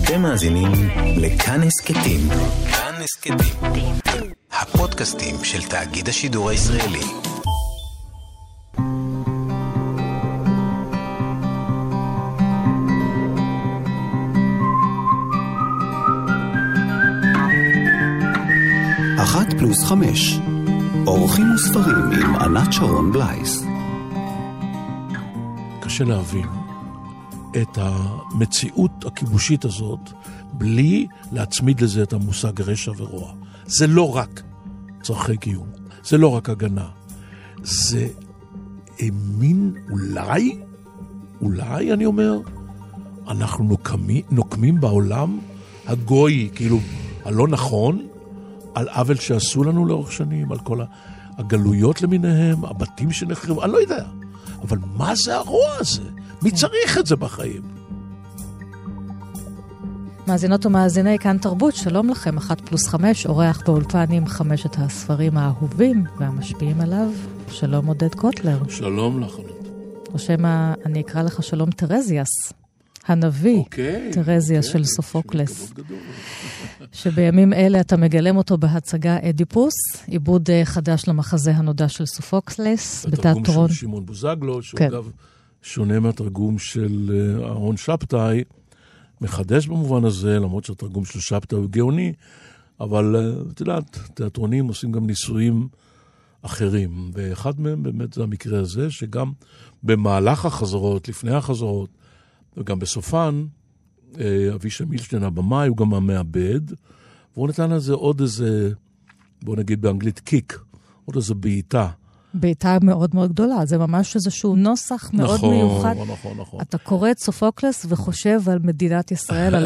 אתם מאזינים לכאן הסקטים. כאן הסקטים. הפודקאסטים של תאגיד השידור הישראלי. אחת פלוס 5. אורחים וספרים עם ענת שרון בלייס. קשה להבין את המציאות הכיבושית הזאת בלי להצמיד לזה את המושג רשע ורוע. זה לא רק צורכי קיום, זה לא רק הגנה, זה מין אולי אני אומר, אנחנו נוקמים בעולם הגוי, כאילו הלא נכון, על עוול שעשו לנו לאורך שנים, על כל הגלויות למיניהם, הבתים שנחרבו, אני לא יודע. אבל מה זה הרוע הזה? מי צריך את זה בחיים? מאזינות ומאזיני כאן תרבות, שלום לכם, 1+5, אורח באולפן עם 5 הספרים האהובים והמשפיעים עליו, שלום עודד קוטלר. שלום לך. או שמה, אני אקרא לך שלום טרזיאס, הנביא, טרזיאס של סופוקלס. שבימים אלה אתה מגלם אותו בהצגה אדיפוס, עיבוד חדש למחזה הנודע של סופוקלס, בתיאטרון. התרגום של שמעון בוזגלו, שהוא אגב שונה מהתרגום של אהרון שבתאי, מחדש במובן הזה, למרות שהתרגום של שבתאי הוא גאוני, אבל את יודעת, תיאטרונים עושים גם ניסויים אחרים, ואחד מהם באמת זה המקרה הזה, שגם במהלך החזרות, לפני החזרות, וגם בסופן, אבישי מילשטיין הבמאי, הוא גם המעבד, והוא נתן לזה עוד איזה, בוא נגיד באנגלית קיק, עוד איזה בעיטה. בעיטה מאוד מאוד גדולה, זה ממש איזשהו נוסח מאוד מיוחד. נכון. אתה קורא את סופוקלס וחושב על מדינת ישראל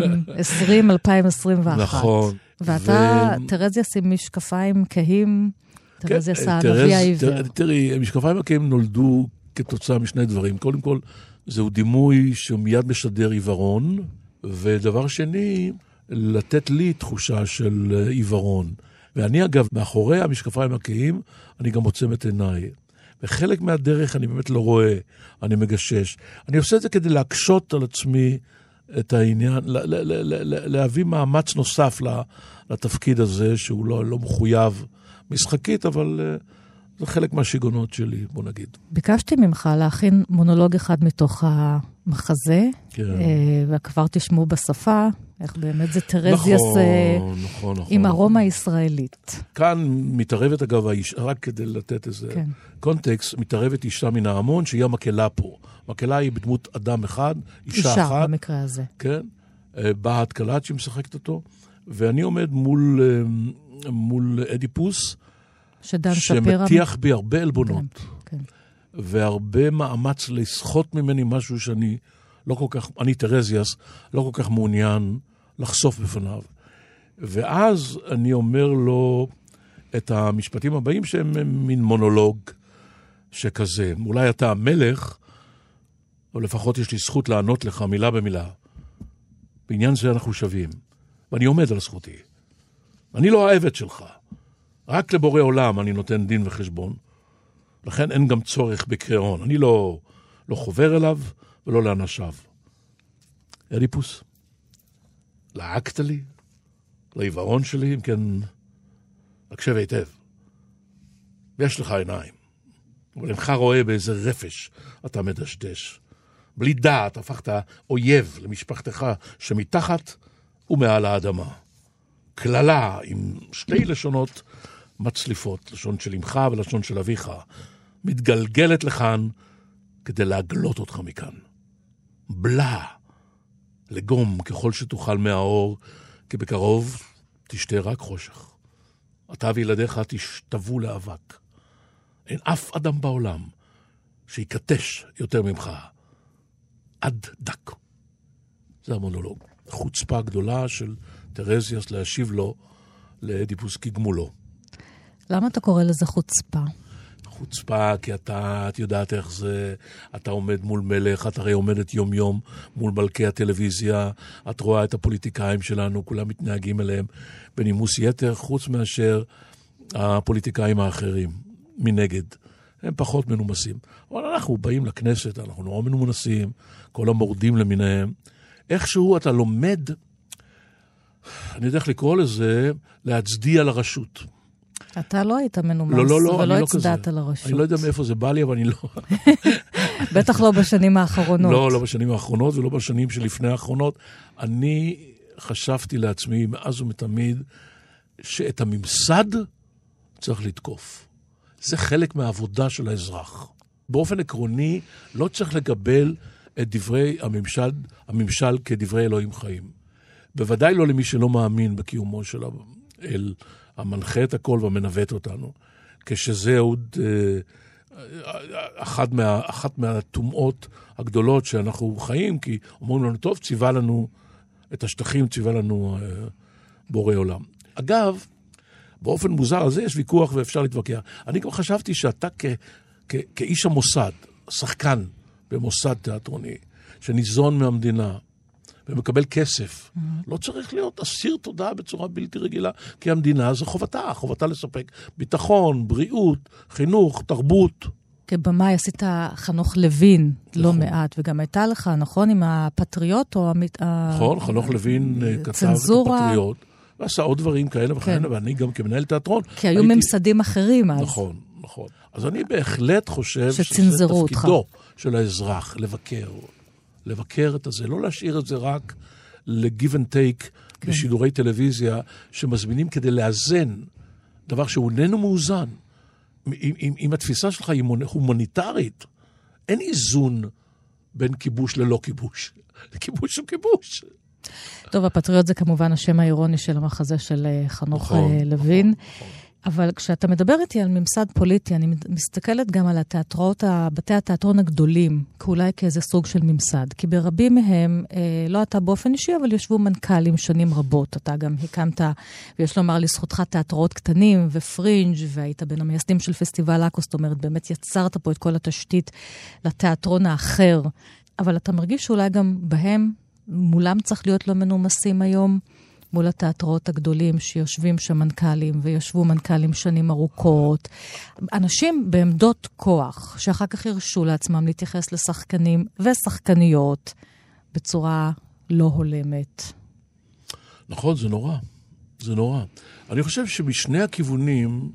2020-2021. נכון. ואתה טרזיאס עם משקפיים כהים, טרזיאס הנביא העבר. תראי, משקפיים הכהים נולדו כתוצאה משני דברים. קודם כל, זהו דימוי שמיד משדר עיוורון, ודבר שני, לתת לי תחושה של עיוורון. ואני אגב, מאחורי המשקפיים הכהים, אני גם עוצם את עיניי. וחלק מהדרך אני באמת לא רואה, אני מגשש. אני עושה את זה כדי להקשות על עצמי את העניין, להביא מאמץ נוסף לתפקיד הזה, שהוא לא מחויב משחקית, אבל זה חלק מהשיגונות שלי, בוא נגיד. ביקשתי ממך להכין מונולוג אחד מתוך המחזה, וכבר תשמעו בשפה, איך באמת זה טרזיאס עם ארומה ישראלית. כאן מתערבת אגב, רק כדי לתת איזה קונטקסט, מתערבת אישה מן ההמון, שהיא המקהלה פה. המקהלה היא בדמות אדם אחד, אישה אחת. אישה במקרה הזה. כן, בהת קלט שהיא משחקת אותו, ואני עומד מול אדיפוס, שמתיח בי הרבה אלבונות, והרבה מאמץ לסחוט ממני משהו שאני לא כל כך, אני טרזיאס, לא כל כך מעוניין לחשוף בפניו. ואז אני אומר לו את המשפטים הבאים שהם מין מונולוג שכזה. אולי אתה המלך, או לפחות יש לי זכות לענות לך מילה במילה. בעניין זה אנחנו שווים. ואני עומד על זכותי. אני לא העבד שלך. רק לבורא עולם אני נותן דין וחשבון. לכן אין גם צורך בקריאון. אני לא חובר אליו ולא לאנשיו. אדיפוס, לעקת לי, לעיוורון שלי, אם כן, הקשב היטב. ויש לך עיניים. אבל אינך רואה באיזה רפש אתה מדשדש. בלי דעת הפכת אויב למשפחתך שמתחת ומעל האדמה. כללה עם שתי לשונות מצליפות, לשון של אמך ולשון של אביך, מתגלגלת לכאן כדי להגלות אותך מכאן. בלה, לגום ככל שתוכל מהאור, כי בקרוב תשתה רק חושך. אתה וילדיך תשתוו לאבק. אין אף אדם בעולם שיקטש יותר ממך. עד דק. זה המונולוג. חוצפה גדולה של טרזיאס להשיב לו לאדיפוס כגמולו. למה אתה קורא לזה חוצפה? חוצפה, כי את יודעת איך זה, אתה עומד מול מלך, את הרי עומדת יום יום מול מלכי הטלוויזיה, את רואה את הפוליטיקאים שלנו, כולם מתנהגים אליהם בנימוס יתר, חוץ מאשר הפוליטיקאים האחרים, מנגד. הם פחות מנומסים. אבל אנחנו באים לכנסת, אנחנו נורא מנומסים, כל המורדים למיניהם, איכשהו אתה לומד, אני יודע איך לקרוא לזה, להצדיע לרשות. אתה לא היית מנומס, ולא הצדעת לרשות. אני לא יודע מאיפה זה בא לי, אבל אני לא... בטח לא בשנים האחרונות. לא בשנים האחרונות, ולא בשנים שלפני האחרונות. אני חשבתי לעצמי, מאז ומתמיד, שאת הממסד צריך לתקוף. זה חלק מהעבודה של האזרח. באופן עקרוני, לא צריך לקבל את דברי הממשל כדברי אלוהים חיים. בוודאי לא למי שלא מאמין בקיומו של האל, המנחה את הכל והמנווט אותנו. כשזה עוד אחת מהטומאות הגדולות שאנחנו חיים, כי אומרים לנו, טוב, ציווה לנו את השטחים, ציווה לנו בורא עולם. אגב, באופן מוזר הזה יש ויכוח ואפשר להתווכח. אני גם חשבתי שאתה כאיש המוסד, שחקן במוסד תיאטרוני, שניזון מהמדינה ומקבל כסף, לא צריך להיות אסיר תודה בצורה בלתי רגילה, כי המדינה זו חובתה לספק ביטחון, בריאות, חינוך, תרבות. כבמאי עשית חנוך לוין לא מעט, וגם הייתה לך, נכון, עם הפטריוט או... נכון, חנוך לוין כתב את הפטריוט, ועשה עוד דברים כאלה וכאלה, ואני גם כמנהל תיאטרון. כי היו ממסדים אחרים אז. נכון. אז אני בהחלט חושב שזה תפקידו של האזרח, לבקר את זה, לא להשאיר את זה רק ל-give and take בשידורי טלוויזיה, שמזמינים כדי לאזן דבר שהוא איננו מאוזן. אם התפיסה שלך היא הומניטרית, אין איזון בין כיבוש ללא כיבוש. כיבוש הוא כיבוש. טוב, הפטריוט זה כמובן השם האירוני של המחזה של חנוך לוין. אבל כשאתה מדבר איתי על ממסד פוליטי, אני מסתכלת גם על בתי התיאטרון הגדולים, כאולי כאיזה סוג של ממסד. כי ברבים מהם, לא אתה באופן אישי, אבל יושבו מנכ"לים שנים רבות. אתה גם הקמת, ויש לומר לזכותך תיאטרות קטנים ופרינג', והיית בין המייסדים של פסטיבל אקו, זאת אומרת, באמת יצרת פה את כל התשתית לתיאטרון האחר. אבל אתה מרגיש שאולי גם בהם, מולם צריך להיות לא מנומסים היום, מול התיאטרות הגדולים שיושבים שם מנכ"לים, ויושבו מנכ"לים שנים ארוכות. אנשים בעמדות כוח, שאחר כך הרשו לעצמם להתייחס לשחקנים ושחקניות בצורה לא הולמת. נכון, זה נורא. אני חושב שבשני הכיוונים,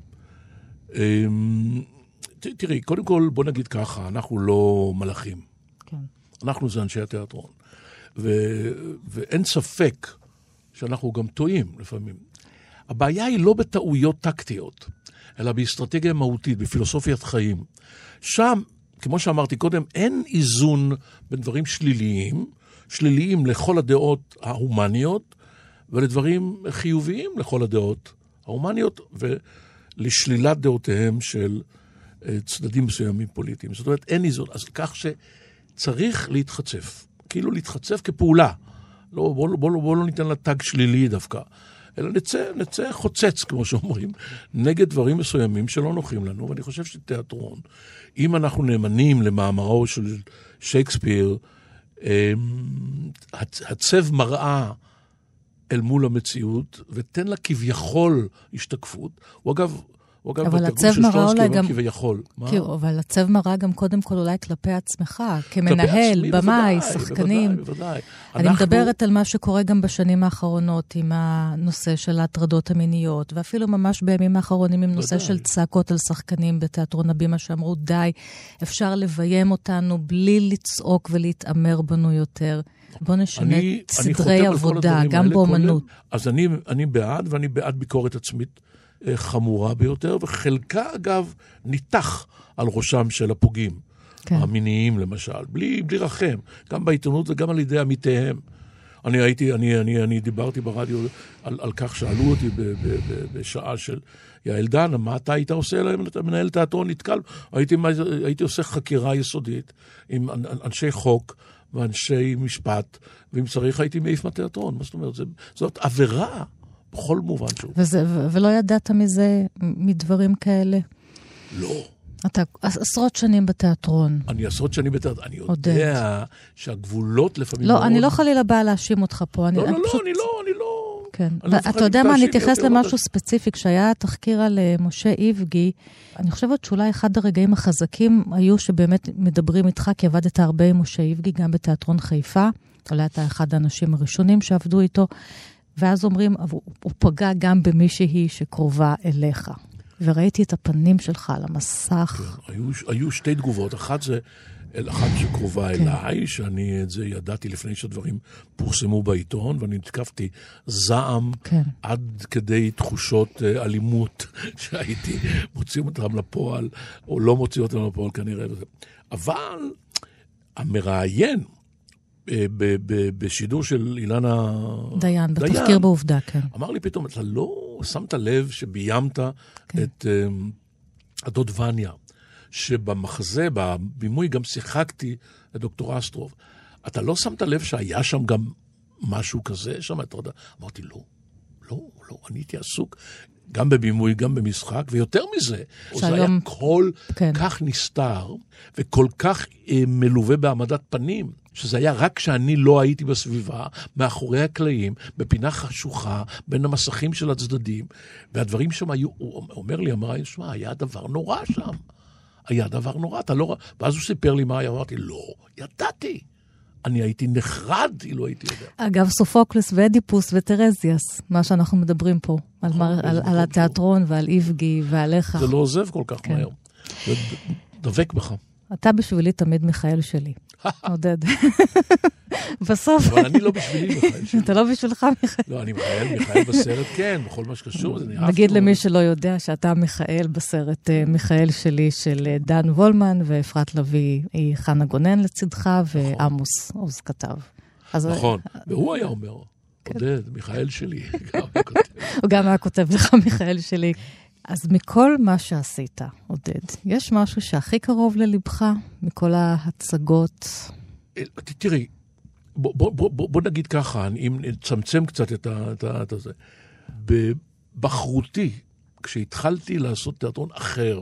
תראי, קודם כל בוא נגיד ככה, אנחנו לא מלאכים. כן. אנחנו זה אנשי התיאטרון. ואין ספק שאנחנו גם טועים לפעמים. הבעיה היא לא בטעויות טקטיות, אלא באסטרטגיה מהותית, בפילוסופיית חיים. שם, כמו שאמרתי קודם, אין איזון בין דברים שליליים לכל הדעות ההומניות, ולדברים חיוביים לכל הדעות ההומניות, ולשלילת דעותיהם של צדדים מסוימים פוליטיים. זאת אומרת, אין איזון. אז כך שצריך להתחצף. כאילו להתחצף כפעולה. בוא לא ניתן לה תג שלילי דווקא, אלא נצא חוצץ, כמו שאומרים, נגד דברים מסוימים שלא נוחים לנו, ואני חושב שתיאטרון, אם אנחנו נאמנים למאמרו של שייקספיר, הצב מראה אל מול המציאות, ותן לה כביכול השתקפות. הוא אגב, בתרגום של שטרנסקי אומר כביכול. אבל הצב מראה גם קודם כל אולי כלפי עצמך, כמנהל, במאי, שחקנים. בוודאי. אני מדברת על מה שקורה גם בשנים האחרונות, עם הנושא של ההטרדות המיניות, ואפילו ממש בימים האחרונים עם נושא של צעקות על שחקנים בתיאטרון הבימה, שאמרו די, אפשר לביים אותנו בלי לצעוק ולהתאמר בנו יותר. בוא נשנה את סדרי עבודה, גם באומנות. אז אני בעד, ואני בעד ביקורת עצמית חמורה ביותר, וחלקה אגב ניתח על ראשם של הפוגעים, המיניים למשל, בלי רחם, גם בעיתונות וגם על ידי עמיתיהם. אני דיברתי ברדיו על כך, שאלו אותי בשעה של יעל דנה, מה אתה היית עושה להם? אתה מנהל תיאטרון, נתקל. הייתי עושה חקירה יסודית עם אנשי חוק ואנשי משפט, ואם צריך הייתי מעיף מהתיאטרון. מה זאת אומרת? זאת עבירה בכל מובן שהוא. ולא ידעת מזה, מדברים כאלה? לא. אתה עשרות שנים בתיאטרון. אני עשרות שנים בתיאטרון. אני יודע שהגבולות לפעמים... לא, אני לא חלילה באה להאשים אותך פה. לא, אני לא. כן. אתה יודע מה, אני אתייחס למשהו ספציפי. כשהיה תחקיר על משה איבגי, אני חושבת שאולי אחד הרגעים החזקים היו שבאמת מדברים איתך, כי עבדת הרבה עם משה איבגי, גם בתיאטרון חיפה, אולי אתה אחד האנשים הראשונים שעבדו איתו, ואז אומרים, הוא פגע גם במישהי שקרובה אליך. וראיתי את הפנים שלך על המסך. כן, היו שתי תגובות. אחת שקרובה אליי, שאני את זה ידעתי לפני שהדברים פורסמו בעיתון, ואני נתקפתי זעם עד כדי תחושות אלימות שהייתי מוציא אותם לפועל, או לא מוציא אותם לפועל כנראה. אבל המראיין בשידור של אילנה דיין, בתחקיר בעובדה, כן. אמר לי פתאום, אתה לא שמת לב שביימת את הדוד וניה, שבמחזה, בבימוי, גם שיחקתי את דוקטור אסטרוב. אתה לא שמת לב שהיה שם גם משהו כזה? שם אתה יודע, אמרתי, לא, אני הייתי עסוק גם בבימוי, גם במשחק, ויותר מזה, זה היה כל כך נסתר, וכל כך מלווה בעמדת פנים, שזה היה רק כשאני לא הייתי בסביבה, מאחורי הקלעים, בפינה חשוכה, בין המסכים של הצדדים, והדברים שם היו, הוא אומר לי, שמע, היה דבר נורא שם. היה דבר נורא, אתה לא... ואז הוא סיפר לי מה היה, אמרתי, לא, ידעתי. אני הייתי נחרד, לא הייתי יודע. אגב, סופוקלס ואדיפוס וטרזיאס, מה שאנחנו מדברים פה, על התיאטרון ועל איבגי ועליך. זה לא עוזב כל כך מהר. זה דבק בך. אתה בשבילי תמיד מיכאל שלי. עודד. בסוף. אבל אני לא בשבילי מיכאל שלי. אתה לא בשבילך מיכאל. לא, אני מיכאל בסרט, כן, בכל מה שקשור. נגיד למי שלא יודע שאתה מיכאל בסרט מיכאל שלי של דן וולמן, ואפרת לוי היא חנה גונן לצדך, ועמוס עוז כתב. נכון, והוא היה אומר, עודד, מיכאל שלי. הוא גם היה כותב לך מיכאל שלי. אז מכל מה שעשית, עודד, יש משהו שהכי קרוב ללבך, מכל ההצגות? תראי, בוא נגיד ככה, אם נצמצם קצת את זה. בבחרותי, כשהתחלתי לעשות תיאטרון אחר,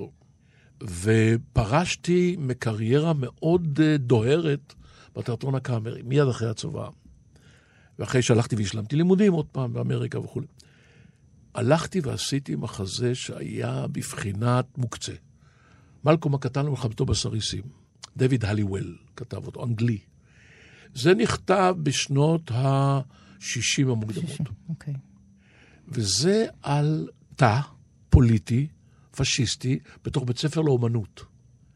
ופרשתי מקריירה מאוד דוהרת בתיאטרון הקאמרי, מיד אחרי הצבא, ואחרי שהלכתי והשלמתי לימודים עוד פעם באמריקה וכו'. הלכתי ועשיתי מחזה שהיה בבחינת מוקצה. מלקום הקטן ומלחמתו בסריסים. דויד הליוול כתב אותו, אנגלי. זה נכתב בשנות ה-60 המוקדמות. אוקיי. וזה על תא פוליטי, פשיסטי, בתוך בית ספר לאומנות.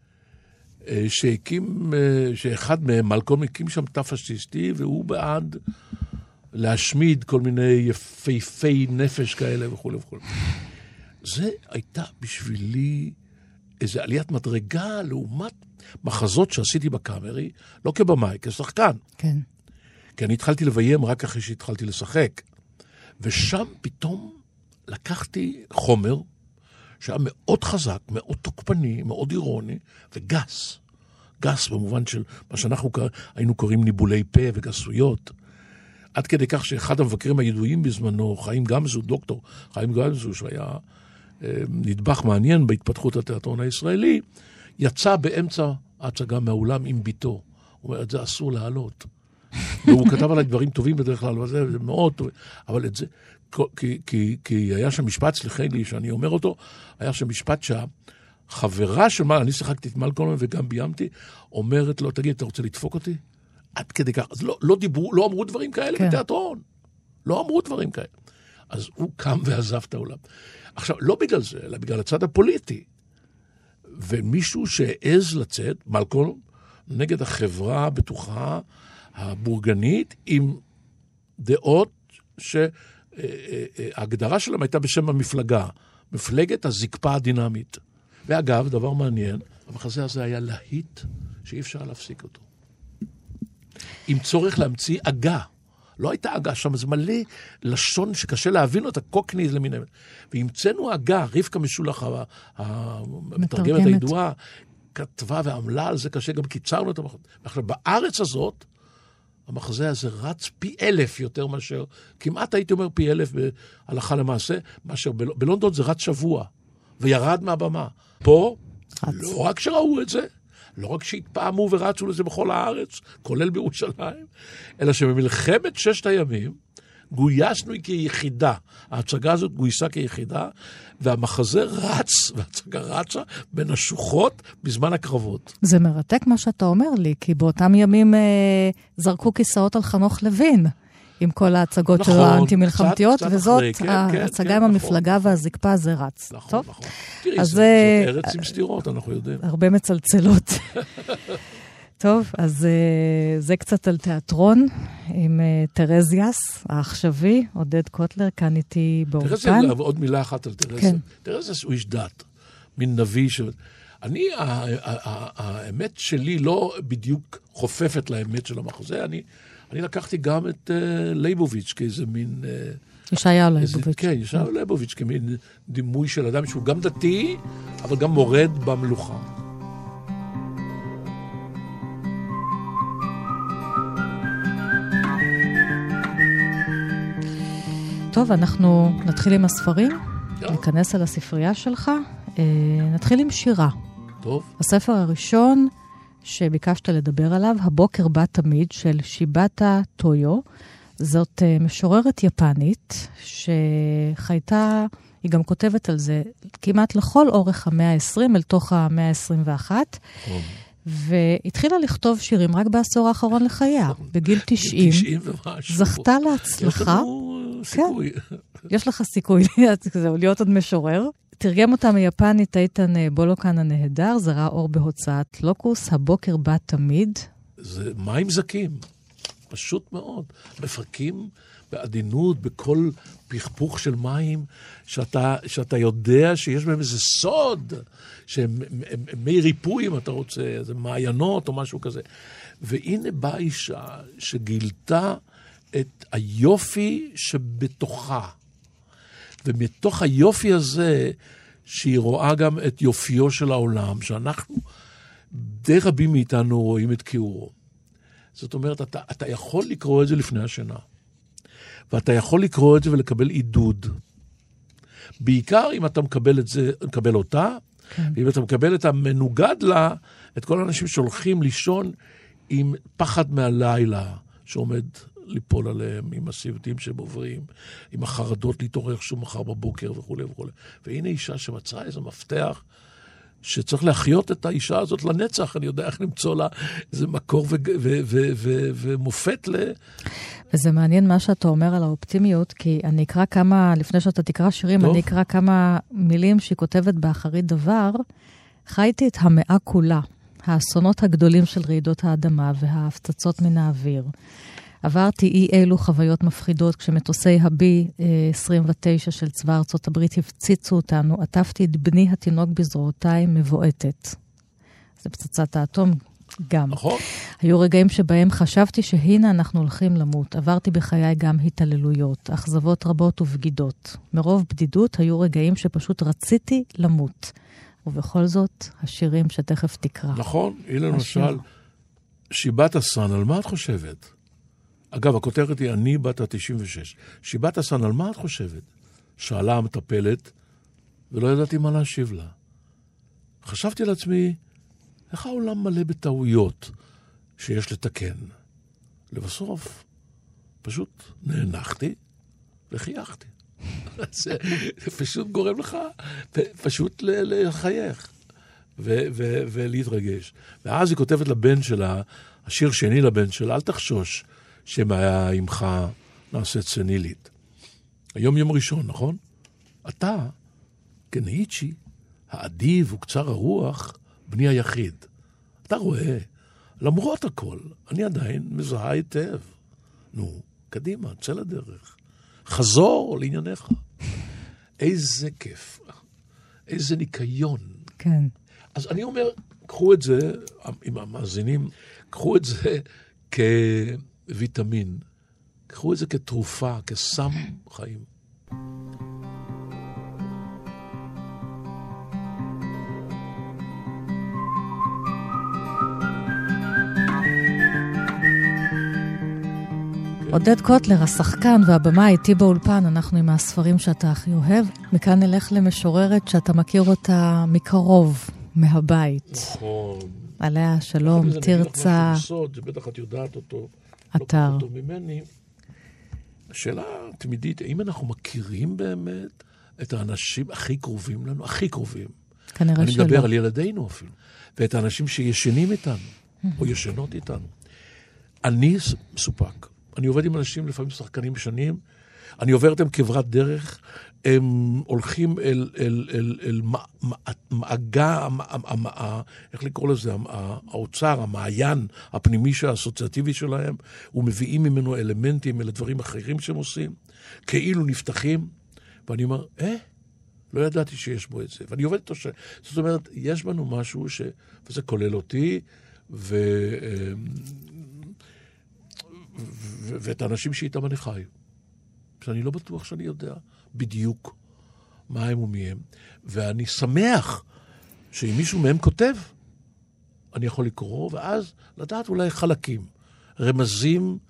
שאחד מהם, מלקום, הקים שם תא פשיסטי, והוא בעד להשמיד כל מיני יפהפי נפש כאלה וכו' וכו'. זה הייתה בשבילי איזו עליית מדרגה לעומת מחזות שעשיתי בקאמרי, לא כבמאי, כשחקן. כן. כי אני התחלתי לביים רק אחרי שהתחלתי לשחק. ושם פתאום לקחתי חומר שהיה מאוד חזק, מאוד תוקפני, מאוד אירוני, וגס. גס במובן של מה שאנחנו היינו קוראים ניבולי פה וגסויות. עד כדי כך שאחד המבקרים הידועים בזמנו, חיים גמזו, דוקטור חיים גמזו, שהיה נדבך מעניין בהתפתחות התיאטרון הישראלי, יצא באמצע ההצגה מהאולם עם ביתו. הוא אומר, את זה אסור להעלות. והוא כתב עליי דברים טובים בדרך כלל, אבל זה מאוד טוב. אבל את זה, כי היה שם משפט, סליחי לי שאני אומר אותו, היה שם משפט שהחברה של אני שיחקתי את מלקום וגם ביימתי, אומרת לו, תגיד, אתה רוצה לדפוק אותי? עד כדי כך. אז לא אמרו דברים כאלה בתיאטרון. לא אמרו דברים כאלה. אז הוא קם ועזב את העולם. עכשיו, לא בגלל זה, אלא בגלל הצד הפוליטי. ומישהו שהעז לצאת, מלקום, נגד החברה הבטוחה, הבורגנית, עם דעות שההגדרה שלהם הייתה בשם המפלגה, מפלגת הזקפה הדינמית. ואגב, דבר מעניין, המחזה הזה היה להיט שאי אפשר להפסיק אותו. עם צורך להמציא אגה. לא הייתה אגה, שם זה מלא לשון שקשה להבין אותה, קוקניז למיניהם. והמצאנו אגה, רבקה משולח, המתרגמת הידועה, כתבה ועמלה על זה קשה, גם קיצרנו את המחזה. עכשיו, בארץ הזאת, המחזה הזה רץ פי 1,000 יותר מאשר, כמעט הייתי אומר פי 1,000 בהלכה למעשה, מאשר בלונדון זה רץ שבוע, וירד מהבמה. פה, לא רק שראו את זה, לא רק שהתפעמו ורצו לזה בכל הארץ, כולל בירושלים, אלא שבמלחמת 6 הימים, גויסנו כיחידה. ההצגה הזאת גויסה כיחידה, והמחזה רץ, וההצגה רצה בין השוחות בזמן הקרבות. זה מרתק מה שאתה אומר לי, כי באותם ימים זרקו כיסאות על חנוך לוין, עם כל ההצגות שלו האנטי-מלחמתיות, וזאת ההצגה עם המפלגה והזקפה, זה רץ. נכון, נכון. תראי, זאת ארץ עם סתירות, אנחנו יודעים. הרבה מצלצלות. טוב, אז זה קצת על תיאטרון, עם תרזיאס, העכשווי, עודד קוטלר, כאן איתי באולפן. תרזיאס, עוד מילה אחת על תרזיאס. תרזיאס הוא איש דת, מין נביא אני, האמת שלי לא בדיוק חופפת לאמת של המחזה, אני לקחתי גם את ליבוביץ' כאיזה מין... ישעיהו ליבוביץ'. כן, ישעיהו ליבוביץ' כמין דימוי של אדם שהוא גם דתי, אבל גם מורד במלוכה. טוב, אנחנו נתחיל עם הספרים, ניכנס על הספרייה שלך, נתחיל עם שירה. טוב. הספר הראשון שביקשת לדבר עליו, הבוקר בא תמיד, של שיבאטה טויו. זאת משוררת יפנית שחייתה, היא גם כותבת על זה כמעט לכל אורך המאה ה-20, אל תוך המאה ה-21. והתחילה לכתוב שירים רק בעשור האחרון לחייה, בגיל 90. 90 ומשהו. זכתה להצלחה. יש לנו סיכוי. יש לך סיכוי להיות עוד משורר. תרגם אותה מיפנית איתן בולוקן הנהדר, זרה אור בהוצאת לוקוס, הבוקר בא תמיד. זה מים זקים, פשוט מאוד. מפרקים בעדינות, בכל פכפוך של מים, שאתה יודע שיש בהם איזה סוד, שהם מי ריפוי, אם אתה רוצה, איזה מעיינות או משהו כזה. והנה באה אישה שגילתה את היופי שבתוכה. ומתוך היופי הזה, שהיא רואה גם את יופיו של העולם, שאנחנו, די רבים מאיתנו רואים את כיעורו. זאת אומרת, אתה יכול לקרוא את זה לפני השינה. ואתה יכול לקרוא את זה ולקבל עידוד. בעיקר אם אתה מקבל את זה, מקבל אותה, ואם אתה מקבל את המנוגד לה, את כל האנשים שהולכים לישון עם פחד מהלילה, שעומד ליפול עליהם, עם הסיוטים שהם עוברים, עם החרדות להתעורר שום מחר בבוקר וכו' וכו'. והנה אישה שמצאה איזה מפתח, שצריך להחיות את האישה הזאת לנצח, אני יודע איך למצוא לה איזה מקור ומופת וזה מעניין מה שאתה אומר על האופטימיות, כי אני אקרא כמה, לפני שאתה תקרא שירים, אני אקרא כמה מילים שהיא כותבת באחרית דבר. חייתי את המאה כולה, האסונות הגדולים של רעידות האדמה וההפצצות מן האוויר. עברתי אי אלו חוויות מפחידות, כשמטוסי ה-B-29 של צבא ארצות הברית הפציצו אותנו, עטפתי את בני התינוק בזרועותיי מבועטת. זה פצצת האטום גם. נכון. היו רגעים שבהם חשבתי שהנה אנחנו הולכים למות. עברתי בחיי גם התעללויות, אכזבות רבות ובגידות. מרוב בדידות היו רגעים שפשוט רציתי למות. ובכל זאת, השירים שתכף תקרא. נכון, הנה למשל, שיבאטה-סן, על מה את חושבת? אגב, הכותרת היא אני בת ה-96. שיבאטה-סן, על מה את חושבת? שאלה המטפלת, ולא ידעתי מה להשיב לה. חשבתי לעצמי, איך העולם מלא בטעויות שיש לתקן? לבסוף, פשוט נאנחתי וחייכתי. זה פשוט גורם לך פשוט לחייך ולהתרגש. ואז היא כותבת לבן שלה, השיר שני לבן שלה, אל תחשוש שמהיה עמך נעשית סנילית. היום יום ראשון, נכון? אתה, כנאיצ'י, האדיב וקצר הרוח, בני היחיד. אתה רואה, למרות הכל, אני עדיין מזהה היטב. נו, קדימה, צא לדרך. חזור לענייניך. איזה כיף. איזה ניקיון. כן. אז אני אומר, קחו את זה, עם המאזינים, קחו את זה כוויטמין. קחו את זה כתרופה, כסם חיים. עודד קוטלר, השחקן והבמה איתי באולפן, אנחנו עם הספרים שאתה הכי אוהב. מכאן נלך למשוררת שאתה מכיר אותה מקרוב, מהבית. נכון. עליה שלום, תרצה. זה בטח את יודעת אותו. אתר. לא פחות ממני. השאלה תמידית, האם אנחנו מכירים באמת את האנשים הכי קרובים לנו, הכי קרובים? כנראה שלא. אני מדבר על ילדינו אפילו, ואת האנשים שישנים איתנו, או ישנות איתנו. אני מסופק. אני עובד עם אנשים, לפעמים שחקנים שנים, אני עובר אתם כברת דרך, הם הולכים אל מעגה, איך לקרוא לזה, האוצר, המעיין הפנימי האסוציאטיבי שלהם, ומביאים ממנו אלמנטים אל דברים אחרים שהם עושים, כאילו נפתחים, ואני אומר, לא ידעתי שיש בו את זה. ואני עובד איתו זאת אומרת, יש בנו משהו וזה כולל אותי, ואת האנשים שאיתם אני חי. שאני לא בטוח שאני יודע בדיוק מה הם ומי הם. ואני שמח שאם מישהו מהם כותב, אני יכול לקרוא, ואז לדעת אולי חלקים, רמזים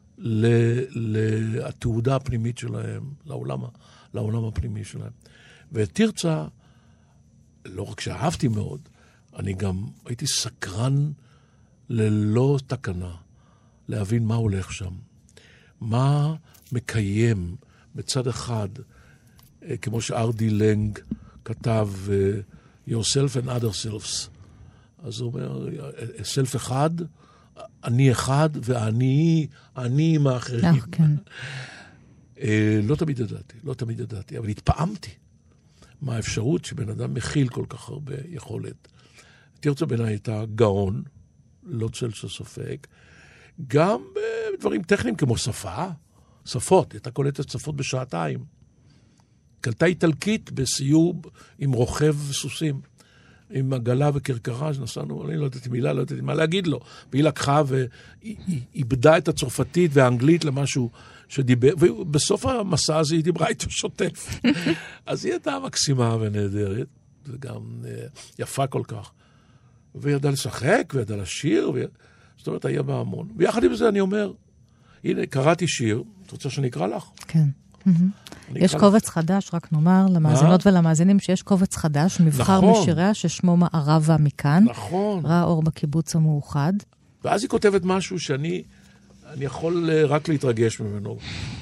לתעודה הפנימית שלהם, לעולם הפנימי שלהם. ותרצה, לא רק שאהבתי מאוד, אני גם הייתי סקרן ללא תקנה, להבין מה הולך שם. מה מקיים בצד אחד, כמו שארדי לנג כתב, yourself and other selves. אז הוא אומר, self אחד, אני אחד, ואני עם האחרים. כן. לא תמיד ידעתי, אבל התפעמתי מה האפשרות שבן אדם מכיל כל כך הרבה יכולת. תרצה בעיניי הייתה גאון, לא צל של ספק, גם בדברים טכניים כמו שפות, הייתה קולטת שפות בשעתיים. קלטה איטלקית בסיור עם רוכב סוסים, עם עגלה וקרקרה, שנסענו, אני לא יודעת מילה, לא יודעת מה להגיד לו. והיא לקחה ואיבדה את הצרפתית והאנגלית למשהו שדיבר, ובסוף המסע הזה היא דיברה איתו שוטף. אז היא הייתה מקסימה ונהדרת, וגם יפה כל כך. וידעה לשחק, וידעה לשיר, זאת אומרת, היה בה המון. ויחד עם זה אני אומר, הנה, קראתי שיר, את רוצה שאני אקרא לך? כן. יש קובץ חדש, רק נאמר למאזינות ולמאזינים, שיש קובץ חדש, מבחר משיריה, ששמו מערבה מכאן. נכון. ראה אור בקיבוץ המאוחד. ואז היא כותבת משהו שאני יכול רק להתרגש ממנו.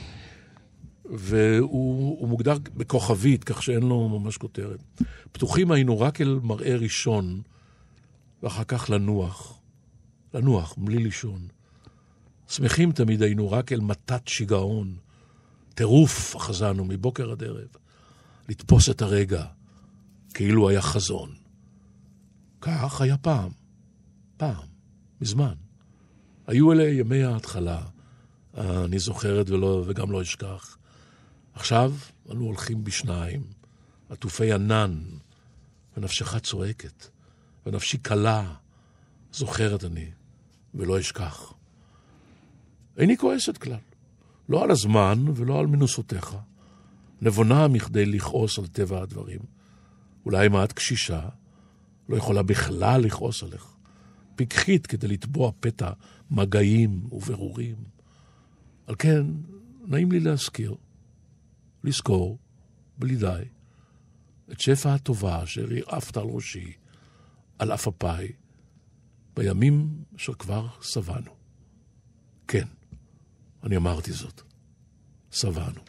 והוא מוגדר בכוכבית, כך שאין לו ממש כותרת. פתוחים היינו רק אל מראה ראשון, ואחר כך לנוח, בלי לישון. שמחים תמיד היינו רק אל מתת שיגעון, טירוף אחזנו מבוקר עד ערב, לתפוס את הרגע, כאילו היה חזון. כך היה פעם, מזמן. היו אלה ימי ההתחלה, אני זוכרת וגם לא אשכח. עכשיו אנו הולכים בשניים, עטופי ענן, ונפשך צועקת, ונפשי קלה, זוכרת אני, ולא אשכח. איני כועסת כלל, לא על הזמן ולא על מנוסותיך. נבונה מכדי לכעוס על טבע הדברים. אולי מעט קשישה, לא יכולה בכלל לכעוס עליך. פיקחית כדי לטבוע פתע מגעים ובירורים. על כן, נעים לי לזכור, בלי די, את שפע הטובה אשר הרעפת על ראשי, על אף אפיי, בימים שכבר שבענו. כן, אני אמרתי זאת. שבענו.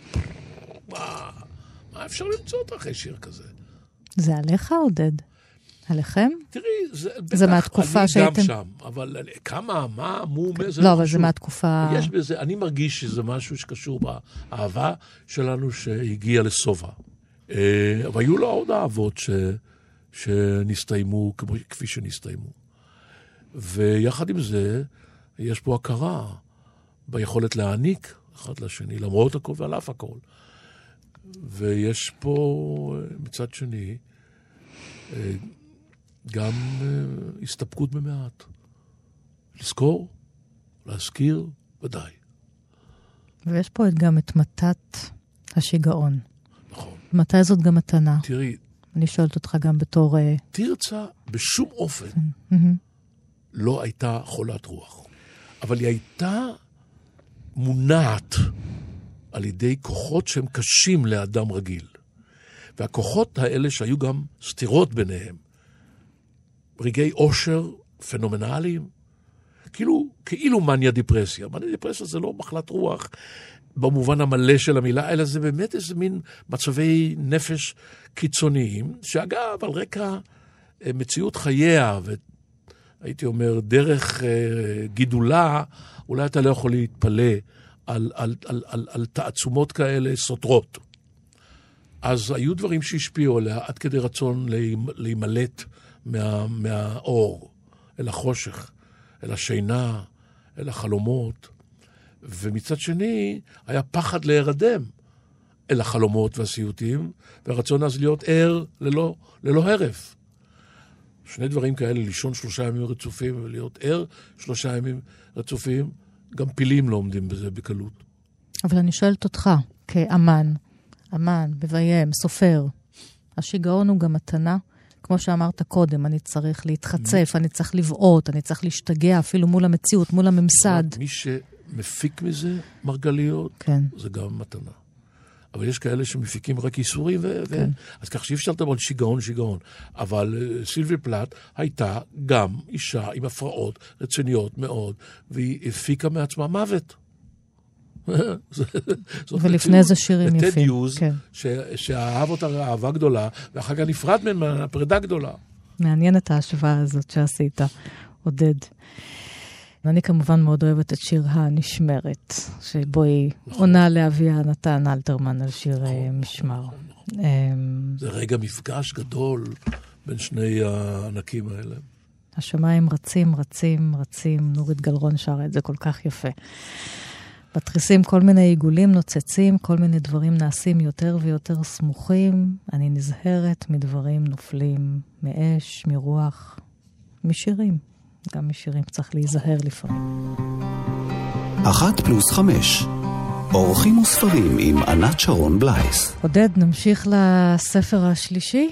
מה אפשר למצוא אותך אחרי שיר כזה? זה עליך, עודד? עליכם? תראי, זה מהתקופה שהייתם... אני גם שם, אבל כמה, מה, לא, אבל זה מהתקופה... יש בזה, אני מרגיש שזה משהו שקשור באהבה שלנו שהגיעה לסובה. אבל היו לו עוד אהבות שנסתיימו כפי שנסתיימו. ויחד עם זה, יש פה הכרה ביכולת להעניק אחד לשני, למרות הכל ועל אף הכל. ויש פה, מצד שני, גם הסתפקות במעט. לזכור, להזכיר, ודאי. ויש פה גם את מתת השיגעון. נכון. מתי זאת גם מתנה? תראי. אני שואלת אותך גם בתור... תרצה בשום אופן לא הייתה חולת רוח. אבל היא הייתה מונעת על ידי כוחות שהם קשים לאדם רגיל. והכוחות האלה שהיו גם סתירות ביניהם, רגעי עושר פנומנליים, כאילו מניה דיפרסיה. מניה דיפרסיה זה לא מחלת רוח במובן המלא של המילה, אלא זה באמת איזה מין מצבי נפש קיצוניים, שאגב, על רקע מציאות חייה, והייתי אומר, דרך גידולה, אולי אתה לא יכול להתפלא על תעצומות כאלה סותרות. אז היו דברים שהשפיעו עליה, עד כדי רצון להימלט מהאור, אל החושך, אל השינה, אל החלומות. ומצד שני, היה פחד להירדם אל החלומות והסיוטים, והרצון אז להיות ער ללא הרף. שני דברים כאלה, לישון 3 ימים רצופים ולהיות ער 3 ימים רצופים, גם פילים לא עומדים בזה בקלות. אבל אני שואלת אותך, כאמן, מביים, סופר, השיגעון הוא גם מתנה? כמו שאמרת קודם, אני צריך להתחצף, אני צריך לבעוט, אני צריך להשתגע אפילו מול המציאות, מול הממסד. מי שמפיק מזה מרגליות, כן. זה גם מתנה. אבל יש כאלה שמפיקים רק איסורים, כן. אז כך שאי אפשר לדבר על שיגעון. אבל סילבי פלט הייתה גם אישה עם הפרעות רציניות מאוד, והיא הפיקה מעצמה מוות. ולפני זה שירים יפים. וטד יוז, שאהב אותה אהבה גדולה, ואחר כך נפרד ממנה פרידה גדולה. מעניינת ההשוואה הזאת שעשית, עודד. אני כמובן מאוד אוהבת את שיר הנשמרת, שבו היא עונה לאביה נתן אלתרמן על שיר משמר. זה רגע מפגש גדול בין שני הענקים האלה. השמיים רצים, נורית גלרון שרה את זה כל כך יפה. בתריסים כל מיני עיגולים נוצצים, כל מיני דברים נעשים יותר ויותר סמוכים. אני נזהרת מדברים נופלים, מאש, מרוח, משירים. גם משירים צריך להיזהר לפעמים. 1+5 אורחים וספרים עם ענת שרון בלייס. עודד, נמשיך לספר השלישי.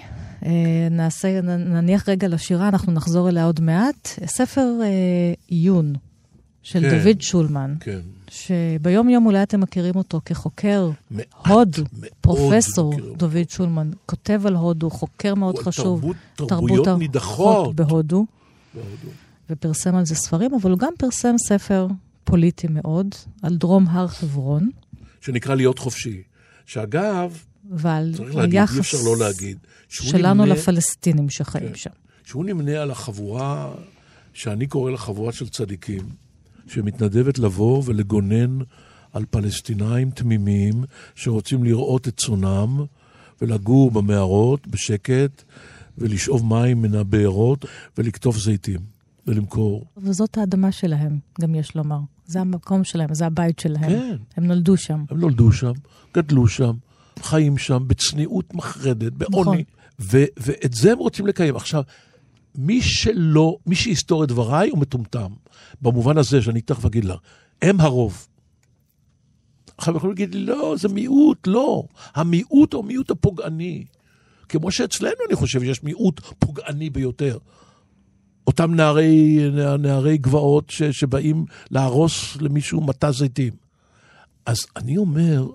נניח רגע לשירה, אנחנו נחזור אליה עוד מעט. ספר עיון של דוד שולמן. כן. שביום יום אולי אתם מכירים אותו כחוקר הודו, פרופסור דוד שולמן, כותב על הודו, חוקר מאוד חשוב. תרבויות נידחות בהודו. ופרסם על זה ספרים, אבל הוא גם פרסם ספר פוליטי מאוד, על דרום הר חברון. שנקרא להיות חופשי. שאגב, צריך להגיד, אי אפשר לא להגיד. שלנו לפלסטינים שחיים שם. שהוא נמנה על החבורה, שאני קורא לה חבורה של צדיקים, שמתנדבת לבוא ולגונן על פלסטינאים תמימים, שרוצים לראות את צונם, ולגור במערות בשקט, ולשאוב מים מן הבארות, ולקטוף זיתים, ולמכור. וזאת האדמה שלהם, גם יש לומר. זה המקום שלהם, זה הבית שלהם. כן. הם נולדו שם. הם נולדו שם, גדלו שם, חיים שם, בצניעות מחרדת, בעוני. נכון. ואת זה הם רוצים לקיים. עכשיו, מי שיסתור את דבריי הוא מטומטם. במובן הזה שאני תכף אגיד לה, הם הרוב. עכשיו יכולים להגיד לי, לא, זה מיעוט, לא. המיעוט הוא מיעוט הפוגעני. כמו שאצלנו אני חושב שיש מיעוט פוגעני ביותר. אותם נערי גבעות שבאים להרוס למישהו מטע זיתים. אז אני אומר,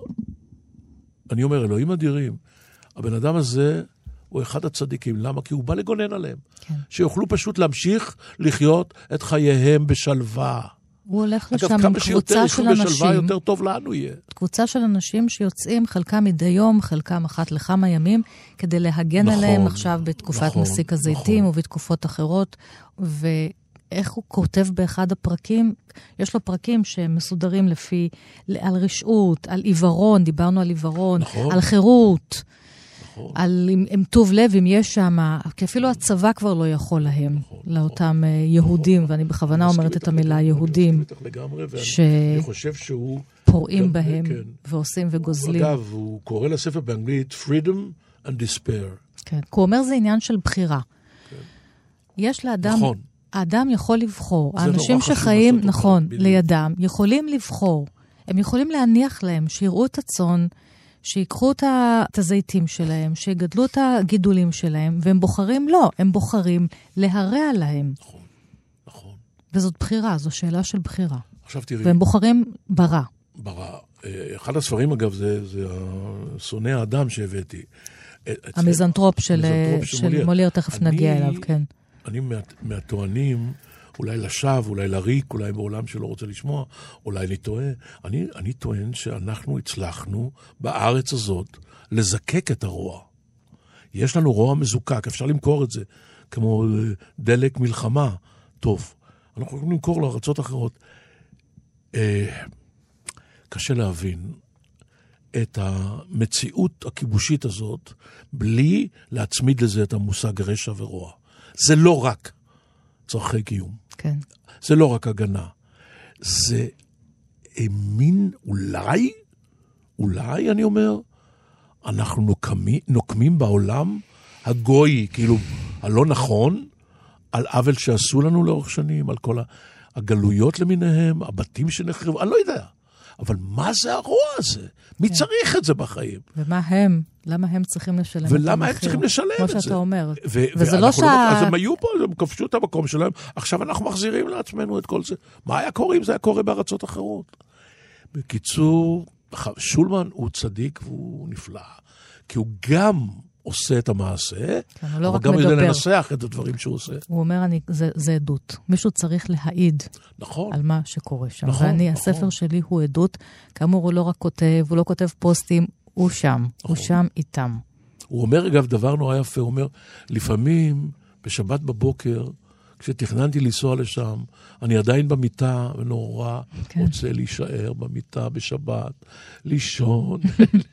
אלוהים אדירים, הבן אדם הזה הוא אחד הצדיקים. למה? כי הוא בא לגונן עליהם. כן. שיוכלו פשוט להמשיך לחיות את חייהם בשלווה. הוא הולך לשם עם קבוצה של אנשים. בשלווה יותר טוב לנו יהיה. קבוצה של אנשים שיוצאים חלקם מדי יום, חלקם אחת לכמה ימים, כדי להגן עליהם עכשיו בתקופת מסיק הזיתים ובתקופות אחרות. ואיך הוא כותב באחד הפרקים? יש לו פרקים שמסודרים על רשעות, על עיוורון, דיברנו על עיוורון, על חירות. על עם טוב לב, אם יש שם, כי אפילו הצבא כבר לא יכול להם, לאותם יהודים, ואני בכוונה אומרת את המילה יהודים, שאני חושב שהוא פורעים בהם, ועושים וגוזלים. אגב, הוא קורא לספר באנגלית, Freedom and Despair. כן, הוא אומר זה עניין של בחירה. יש לאדם, האדם יכול לבחור, האנשים שחיים, נכון, לידם, יכולים לבחור, הם יכולים להניח להם, שיראו את הצאן, שיקחו את הזיתים שלהם, שיגדלו את הגידולים שלהם, והם בוחרים לא, הם בוחרים להרע להם. נכון. וזאת בחירה, זו שאלה של בחירה. עכשיו תראי. והם בוחרים ברע. ברע. אחד הספרים, אגב, זה שונא האדם שהבאתי. המיזנטרופ של מולייר, תכף נגיע אליו, כן. אני מהטוענים, אולי לשווא, אולי לריק, אולי בעולם שלא רוצה לשמוע, אולי אני טועה. אני טוען שאנחנו הצלחנו בארץ הזאת לזקק את הרוע. יש לנו רוע מזוקק, אפשר למכור את זה, כמו דלק מלחמה. טוב, אנחנו יכולים למכור לארצות אחרות. קשה להבין את המציאות הכיבושית הזאת, בלי להצמיד לזה את המושג רשע ורוע. זה לא רק צורכי קיום. כן. זה לא רק הגנה. זה מין, אולי אני אומר, אנחנו נוקמים בעולם הגוי, כאילו, הלא נכון, על עוול שעשו לנו לאורך שנים, על כל הגלויות למיניהם, הבתים שנחרבו, אני לא יודע. אבל מה זה הרוע הזה? מי צריך את זה בחיים? למה הם צריכים לשלם את המחיר? ולמה הם צריכים לשלם את זה? כמו שאתה אומר. וזה לא אז הם היו פה, הם כבשו את המקום שלהם, עכשיו אנחנו מחזירים לעצמנו את כל זה. מה היה קורה אם זה היה קורה בארצות אחרות? בקיצור, שולמן הוא צדיק והוא נפלא, כי הוא גם עושה את המעשה, אבל גם יודע לנסח את הדברים שהוא עושה. הוא אומר, זה עדות. מישהו צריך להעיד על מה שקורה שם. ואני, הספר שלי הוא עדות, כאמור הוא לא רק כותב, הוא לא כותב פוסטים, הוא שם. הוא שם איתם. הוא אומר, אגב, דבר נורא יפה, הוא אומר, לפעמים בשבת בבוקר, כשתכננתי לנסוע לשם, אני עדיין במיטה, ונורא רוצה להישאר במיטה בשבת, לישון,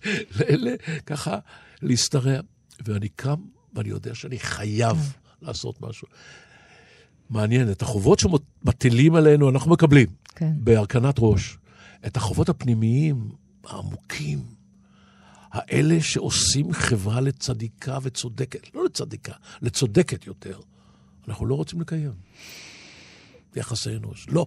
ככה להסתרע. ואני קם, ואני יודע שאני חייב לעשות משהו. מעניין, את החובות שמטילים עלינו, אנחנו מקבלים, בהרכנת ראש. את החובות הפנימיים, העמוקים, האלה שעושים חברה לצדיקה וצודקת, לא לצדיקה, לצודקת יותר. אנחנו לא רוצים לקיים. יחסי אנוש, לא.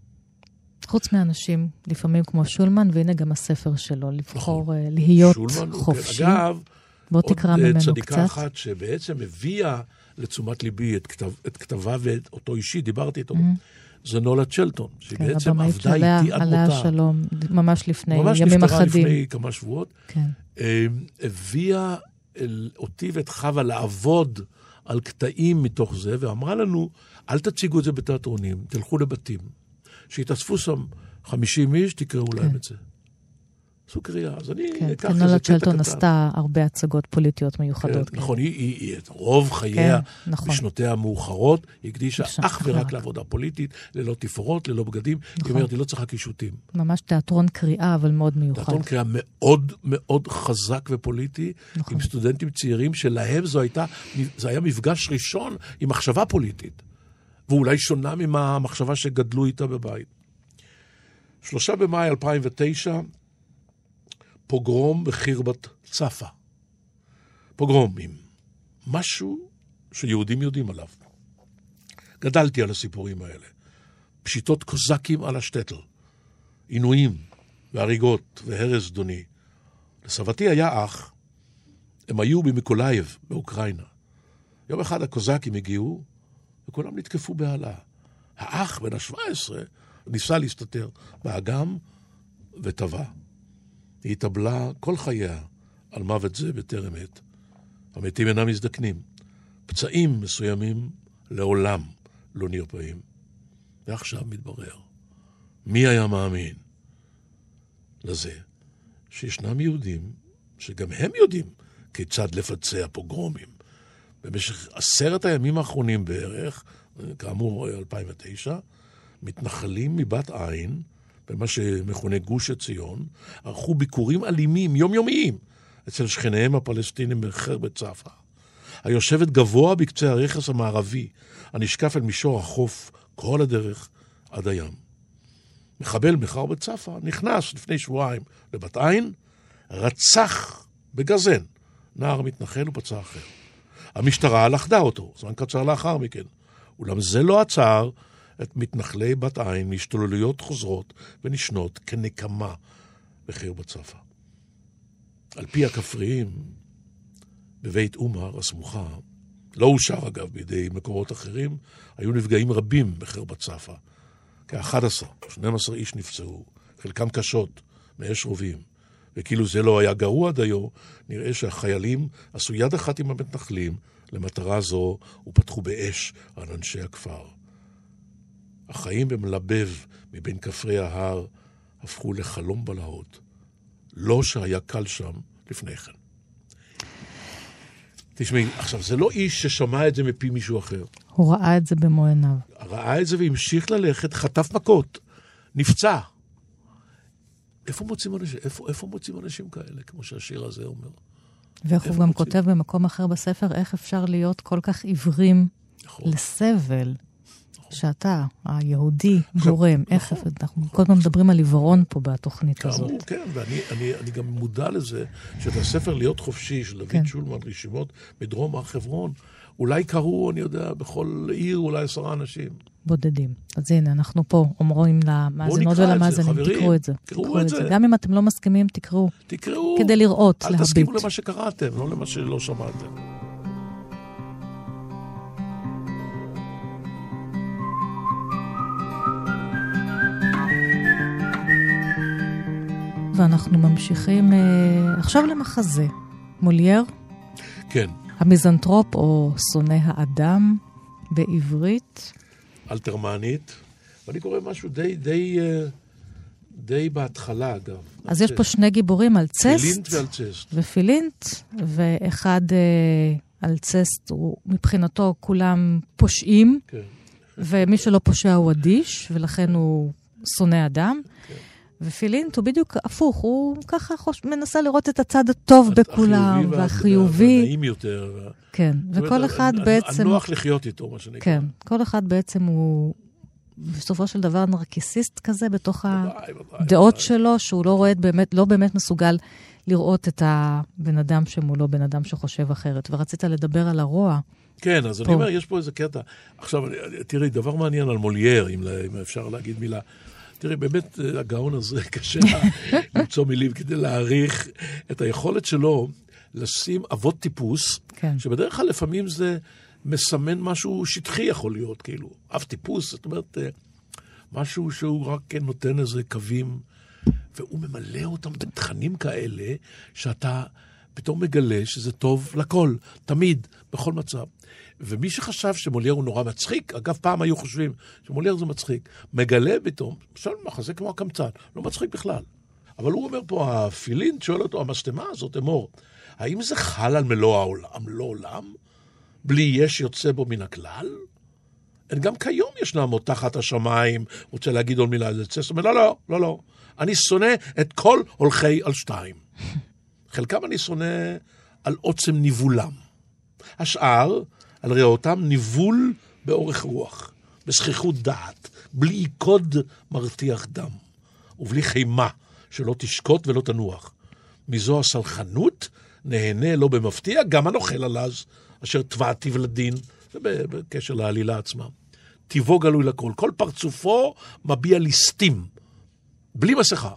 חוץ מאנשים, לפעמים כמו שולמן, והנה גם הספר שלו, לבחור להיות חופשי. אגב, בוא תקרא ממנו קצת. צדיקה אחת שבעצם הביאה לתשומת ליבי את כתבה ואת אותו אישי, דיברתי איתו, זה נולה צ'לטון, שהיא בעצם עבדה איתי עד מותה. שלום, ממש לפני ימים אחדים. ממש נפטרה לפני כמה שבועות. הביאה אותי ואת חווה לעבוד על קטעים מתוך זה, ואמרה לנו, אל תציגו את זה בתיאטרונים, תלכו לבתים. שיתאספו שם 50 איש, תקראו להם את זה. זו קריאה, אז אני אקח איזה קטע קטן. נולה צ'לטון עשתה הרבה הצגות פוליטיות מיוחדות. נכון, היא רוב חייה, בשנותיה המאוחרות, היא הקדישה אך ורק לעבודה פוליטית, ללא תפאורות, ללא בגדים, היא אומרת, היא לא צריכה קישוטים. ממש תיאטרון קריאה, אבל מאוד מיוחד. תיאטרון קריאה מאוד מאוד חזק ופוליטי, עם סטודנטים צעירים, שלהם זה היה מפגש ראשון עם מחשבה פוליטית, ואולי שונה מהמחשבה שגדלו איתה בבית. 3 במאי 2009, פוגרום בחירבת צפה. פוגרומים. משהו שיהודים יודעים עליו. גדלתי על הסיפורים האלה. פשיטות קוזקים על השטטל. עינויים והריגות והרס דוני. לסבתי היה אח. הם היו במיקולייב, באוקראינה. יום אחד הקוזקים הגיעו, וכולם נתקפו בהלה. האח בן ה-17 ניסה להסתתר באגם וטבע. היא התאבלה כל חייה על מוות זה בטרם עת. המתים אינם מזדקנים. פצעים מסוימים לעולם לא נרפאים. ועכשיו מתברר. מי היה מאמין לזה? שישנם יהודים שגם הם יודעים כיצד לפצע פוגרומים. במשך 10 הימים האחרונים בערך, כאמור 2009, מתנחלים מבת עין, במה שמכונה גוש עציון, ערכו ביקורים אלימים, יומיומיים, אצל שכניהם הפלסטינים בחירבת צפה. היושבת גבוה בקצה הרכס המערבי, הנשקף אל מישור החוף, כל הדרך עד הים. מחבל בחירבת צפה נכנס לפני שבועיים לבת עין, רצח בגזן, נער מתנחל ופצע אחר. המשטרה לחדה אותו, זמן קצר לאחר מכן. אולם זה לא עצר את מתנחלי בת עין מהשתוללויות חוזרות ונשנות כנקמה בחירבת צפה. על פי הכפריים, בבית עומר הסמוכה, לא אושר אגב בידי מקורות אחרים, היו נפגעים רבים בחירבת צפה. כ-11, 12 איש נפצעו, חלקם קשות, מאש רובים. וכאילו זה לא היה גרוע דיו, נראה שהחיילים עשו יד אחת עם המתנחלים למטרה זו ופתחו באש על אנשי הכפר. החיים במלבב מבין כפרי ההר הפכו לחלום בלהות. לא שהיה קל שם לפני כן. תשמעי, עכשיו, זה לא איש ששמע את זה מפי מישהו אחר. הוא ראה את זה במו עיניו. ראה את זה והמשיך ללכת, חטף מכות, נפצע. איפה מוצאים אנשים כאלה, כמו שהשיר הזה אומר? ואיך הוא גם כותב במקום אחר בספר, איך אפשר להיות כל כך עיוורים לסבל, שאתה, היהודי, גורם. אנחנו כל פעם מדברים על עיוורון פה בתוכנית הזאת. כן, ואני גם מודע לזה, שאת הספר להיות חופשי של דוד שולמן, רשימות מדרום הר חברון, אולי קראו, אני יודע, בכל עיר אולי 10 אנשים. בודדים. אז הנה, אנחנו פה אומרים למאזינות ולמאזינים, תקראו את זה. תקראו את זה. גם אם אתם לא מסכימים, תקראו. תקראו. כדי לראות, להביט. אל תסכימו למה שקראתם, לא למה שלא שמעתם. ואנחנו ממשיכים עכשיו למחזה. מולייר? כן. המיזנטרופ או שונא האדם בעברית. אלתרמנית. ואני קורא משהו די בהתחלה, אגב. אז יש פה 2 גיבורים, אלצסט. פילינט ואלצסט. ופילינט, ואחד אלצסט, הוא מבחינתו כולם פושעים, כן. ומי שלא פושע הוא אדיש, ולכן הוא שונא אדם. כן. ופילינט הוא בדיוק הפוך, הוא ככה מנסה לראות את הצד הטוב בכולם, והחיובי. והנעים יותר. כן, וכל אחד בעצם... הנוח לחיות איתו, מה שנקרא. כן, כל אחד בעצם הוא בסופו של דבר נרקיסיסט כזה, בתוך הדעות שלו, שהוא לא באמת מסוגל לראות את הבן אדם שמולו, בן אדם שחושב אחרת. ורצית לדבר על הרוע. כן, אז אני אומר, יש פה איזה קטע. עכשיו, תראי, דבר מעניין על מולייר, אם אפשר להגיד מילה. תראי, באמת הגאון הזה קשה למצוא מילים כדי להעריך את היכולת שלו לשים אבות טיפוס, כן. שבדרך כלל לפעמים זה מסמן משהו שטחי יכול להיות, כאילו, אב טיפוס, זאת אומרת, משהו שהוא רק נותן איזה קווים, והוא ממלא אותם בתכנים כאלה, שאתה פתאום מגלה שזה טוב לכל, תמיד, בכל מצב. ומי שחשב שמולייר הוא נורא מצחיק, אגב, פעם היו חושבים שמולייר זה מצחיק, מגלה פתאום, עכשיו מחזה כמו הקמצן, לא מצחיק בכלל. אבל הוא אומר פה, הפילינט שואל אותו, המשתמה הזאת, אמור, האם זה חל על מלוא העולם? בלי יש יוצא בו מן הכלל? גם כיום ישנם עוד תחת השמיים, רוצה להגיד עוד מילה, זה צס, אומר, לא. אני שונא את כל הולכי על 2. חלקם אני שונא על עוצם ניבולם. השאר, על ראותם ניבול באורך רוח, בשכיחות דעת, בלי עיקוד מרתיח דם, ובלי חימה שלא תשקוט ולא תנוח. מזו הסלחנות נהנה לא במפתיע, גם הנוכל עלז, אשר תבעתיו לדין, זה בקשר לעלילה עצמה. טיבו גלוי לכל, כל פרצופו מביע ליסטים, בלי מסכה,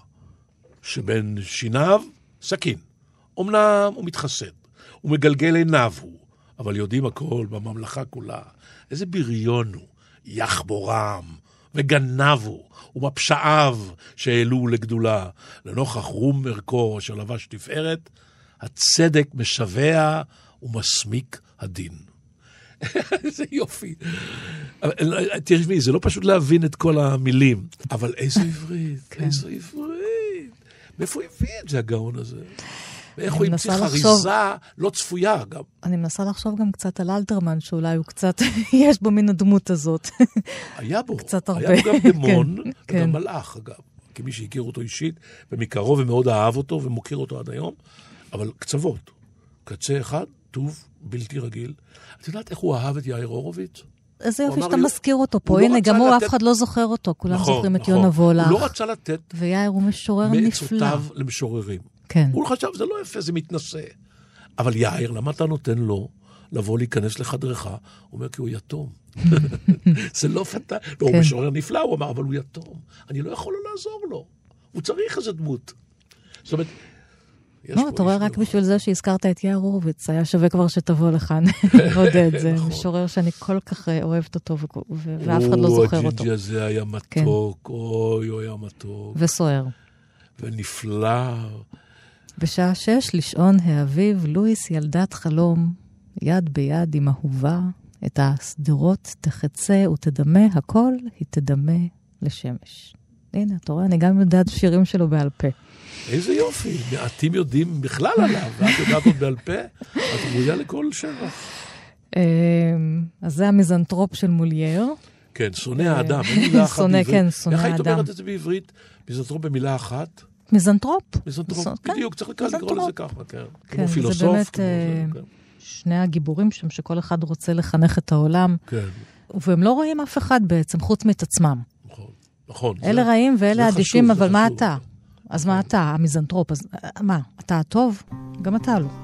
שבין שיניו סכין. אמנם הוא מתחסד, הוא מגלגל עיניו הוא, אבל יודעים הכל בממלכה כולה. איזה בריון הוא, יחבורם, וגנב הוא, ומפשעיו שהעלו לגדולה. לנוכח רום ערכו אשר לבש תפארת, הצדק משווה ומסמיק הדין. איזה יופי. תראי, זה לא פשוט להבין את כל המילים, אבל איזו עברית, איזו עברית. מאיפה הביא את זה הגאון הזה? ואיך הוא המציא חריזה לא צפויה, אגב. אני מנסה לחשוב גם קצת על אלתרמן, שאולי הוא קצת, יש בו מן הדמות הזאת. היה בו. קצת הרבה. היה בו גם דמון, וגם מלאך, אגב. כמי שהכיר אותו אישית, ומקרוב ומאוד אהב אותו, ומוכיר אותו עד היום, אבל קצוות. קצה אחד, טוב, בלתי רגיל. את יודעת איך הוא אהב את יאיר הורוביץ? איזה יופי שאתה מזכיר אותו פה. הנה, גם הוא, אף אחד לא זוכר אותו. כולם זוכרים את יונה וולך. הוא לא רצה לתת ויאיר הוא משורר נפלא. מעצותיו למשוררים. כן. הוא חשב, זה לא יפה, זה מתנשא. אבל יאיר, למה אתה נותן לו לבוא להיכנס לחדרך? הוא אומר, כי הוא יתום. זה לא פתא. לא, הוא משורר נפלא, הוא אמר, אבל הוא יתום. אני לא יכול לו לעזור לו. הוא צריך איזה דמות. זאת אומרת, לא, אתה רואה רק בשביל זה שהזכרת את יאיר הורוביץ, היה שווה כבר שתבוא לכאן, עודד, זה משורר שאני כל כך אוהבת אותו, ואף אחד לא זוכר אותו. הג'ינג'י הזה היה מתוק, אוי, הוא היה מתוק. וסוער. ונפלא. בשעה 6, לשעון האביב, לואיס ילדת חלום, יד ביד עם אהובה, את הסדרות תחצה ותדמה, הכל היא תדמה לשמש. הנה, אתה רואה, אני גם יודעת שירים שלו בעל פה. איזה יופי, מעטים יודעים בכלל עליו, ואת יודעת עוד בעל פה, את ראויה לכל שבח. אז זה המיזנטרופ של מולייר. כן, שונא האדם, אין מילה אחת בעברית. כן, שונא האדם. איך היית אומרת את זה בעברית? מיזנטרופ במילה אחת? מיזנטרופ? מיזנטרופ, בדיוק, צריך לקרוא לזה ככה, כן. כמו פילוסוף. זה באמת שני הגיבורים שם, שכל אחד רוצה לחנך את העולם. כן. והם לא רואים אף אחד בעצם, חוץ מתעצמם. נכון. אלה רעים ואלה אדישים, אבל מה אתה? אז מה אתה, המיזנטרופ? אז מה, אתה הטוב? גם אתה לא.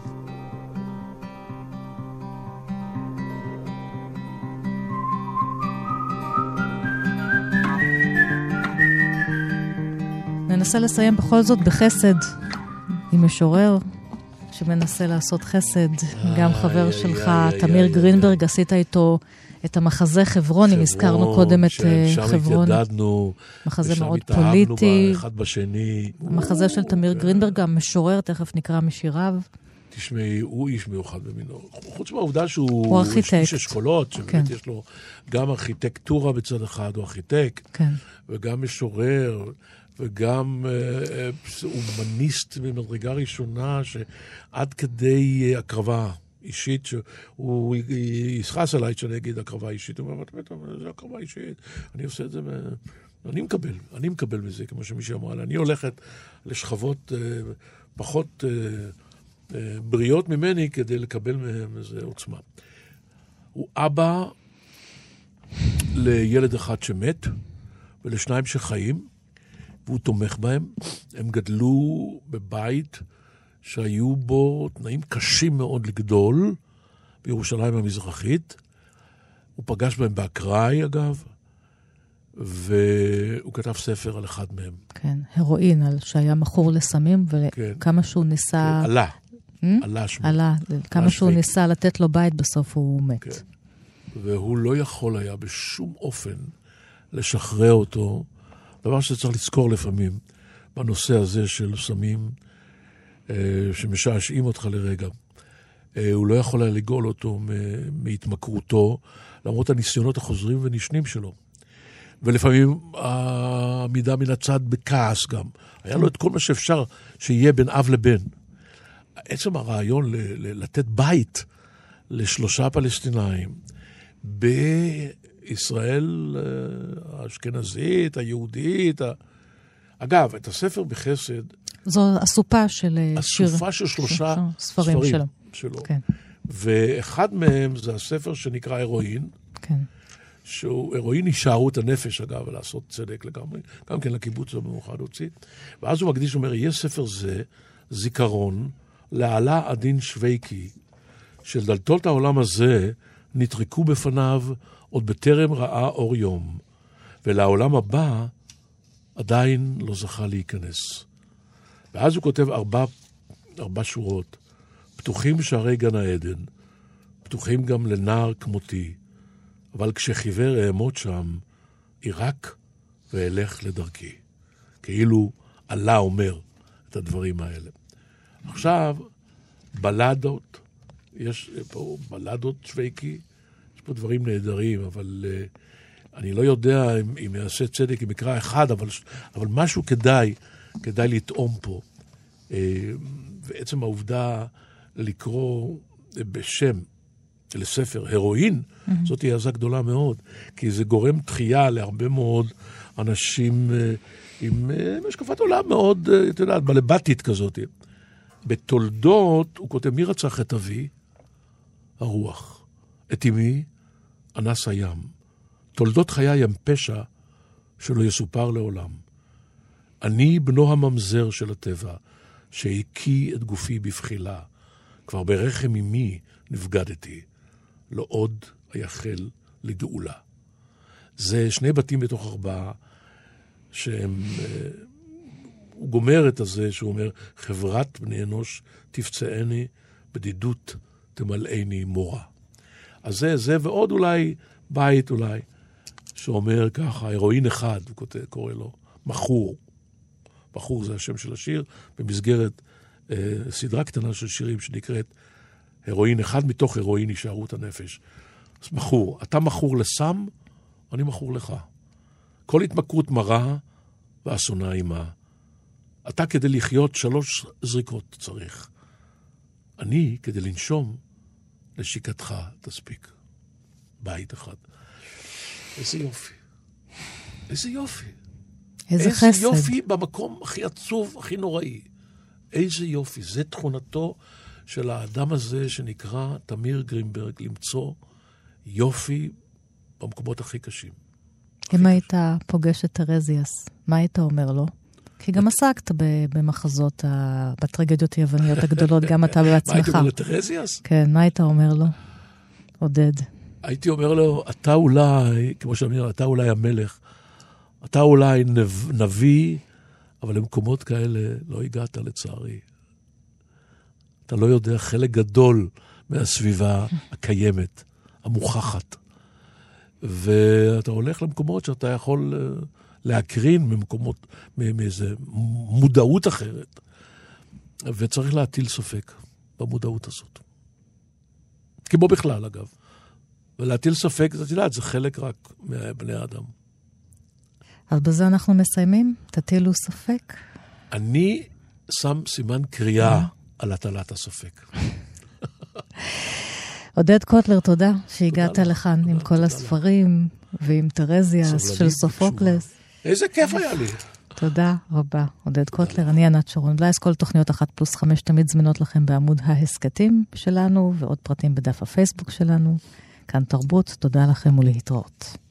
ננסה לסיים בכל זאת בחסד, עם משורר שמנסה לעשות חסד, גם חבר שלך, תמיר גרינברג, עשית איתו את המחזה חברון, אם הזכרנו קודם את חברון. שם התיידדנו, מחזה מאוד פוליטי. אחד בשני. המחזה של תמיר גרינברג, המשורר, תכף נקרא משיריו. תשמעי, הוא איש מיוחד במינו. חוץ מהעובדה שהוא איש אשכולות, שבאמת יש לו גם ארכיטקטורה בצד אחד, הוא ארכיטקט, וגם משורר, וגם אומניסט במדרגה ראשונה, שעד כדי הקרבה אישית, שהוא יסחס עליי שאני אגיד הקרבה אישית, הוא אומר, זה הקרבה אישית, אני עושה את זה, אני מקבל מזה, כמו שמישהו אמרה לי, אני הולכת לשכבות פחות בריאות ממני, כדי לקבל מהם איזו עוצמה. הוא אבא לילד אחד שמת, ולשניים שחיים, והוא תומך בהם. הם גדלו בבית שהיו בו תנאים קשים מאוד לגדול, בירושלים המזרחית. הוא פגש בהם באקראי, אגב, והוא כתב ספר על אחד מהם. כן, הרואין, שהיה מכור לסמים, וכמה שהוא ניסה... עלה. עלה שמו. עלה, כמה שהוא ניסה לתת לו בית, בסוף הוא מת. כן. והוא לא יכול היה בשום אופן לשחרר אותו, דבר שצריך לזכור לפעמים, בנושא הזה של סמים שמשעשעים אותך לרגע. הוא לא יכול היה לגאול אותו מהתמכרותו, למרות הניסיונות החוזרים ונשנים שלו. ולפעמים העמידה מן הצד בכעס גם. היה לו את כל מה שאפשר שיהיה בין אב לבן. עצם הרעיון לתת בית ל3 פלסטינאים בישראל האשכנזית, היהודית. אגב, את הספר בחסד... זו אסופה של אסופה של 3 ספרים שלו. כן. ואחד מהם זה הספר שנקרא הרואין. כן. שהוא הרואין הישארות הנפש, אגב, לעשות צדק לגמרי, גם כן לקיבוץ המאוחד הוציא. ואז הוא מקדיש, אומר, יהיה ספר זה, זיכרון, לעלה עדין שוויקי, של דלתות העולם הזה נטרקו בפניו עוד בטרם ראה אור יום, ולעולם הבא עדיין לא זכה להיכנס. ואז הוא כותב 4 שורות, פתוחים שערי גן העדן, פתוחים גם לנער כמותי, אבל כשחיוור אעמוד שם, ירק ואלך לדרכי. כאילו אללה אומר את הדברים האלה. עכשיו, בלדות, יש פה בלדות שוויקי, יש פה דברים נהדרים, אבל אני לא יודע אם יעשה צדק, אם יקרא אחד, אבל משהו כדאי לטעום פה. ועצם העובדה לקרוא בשם לספר הרואין, זאת תהיה עזה גדולה מאוד, כי זה גורם דחייה להרבה מאוד אנשים עם השקפת עולם מאוד, אתה יודע, בלבטית כזאת. בתולדות, הוא כותב, מי רצח את אבי? הרוח. את אמי? אנס הים. תולדות חיי הם פשע שלא יסופר לעולם. אני בנו הממזר של הטבע, שהקיא את גופי בבחילה. כבר ברחם אמי נבגדתי. לא עוד היחל לגאולה. זה 2 בתים בתוך 4, שהם... הוא גומר את הזה, שהוא אומר, חברת בני אנוש תפצעני, בדידות תמלאני מורה. אז זה ועוד אולי, בית אולי, שאומר ככה, הרואין אחד, הוא קורא לו, מחור. מחור זה השם של השיר, במסגרת סדרה קטנה של שירים שנקראת הרואין אחד מתוך הרואין הישארות הנפש. אז מכור. אתה מכור לסם, אני מכור לך. כל התמכרות מרה ואסונה עימה. אתה כדי לחיות 3 זריקות צריך. אני כדי לנשום לשיקתך תספיק. בית אחד. איזה יופי. איזה יופי. איזה חסד. איזה יופי במקום הכי עצוב, הכי נוראי. איזה יופי. זה תכונתו של האדם הזה שנקרא תמיר גרינברג, למצוא יופי במקומות הכי קשים. אם היית פוגש את טרזיאס, מה היית אומר לו? כי גם עסקת במחזות, בטרגדיות היווניות הגדולות, גם אתה בעצמך. מה הייתי אומר לטרזיאס? כן, מה היית אומר לו? עודד. הייתי אומר לו, אתה אולי, כמו שאני אומר, אתה אולי המלך, אתה אולי נביא, אבל למקומות כאלה לא הגעת לצערי. אתה לא יודע חלק גדול מהסביבה הקיימת, המוכחת. ואתה הולך למקומות שאתה יכול להקרין ממקומות, מאיזו מודעות אחרת. וצריך להטיל ספק במודעות הזאת. כמו בכלל, אגב. ולהטיל ספק, את יודעת, זה חלק רק מבני האדם. אז בזה אנחנו מסיימים? תטילו ספק? אני שם סימן קריאה על הטלת הספק. עודד קוטלר, תודה שהגעת לכאן עם כל הספרים ועם טרזיאס של סופוקלס. איזה כיף היה לי. תודה רבה, עודד קוטלר. אני ענת שרון בלייס. כל תוכניות 1+5 תמיד זמינות לכם בעמוד ההסקטים שלנו, ועוד פרטים בדף הפייסבוק שלנו. כאן תרבות, תודה לכם ולהתראות.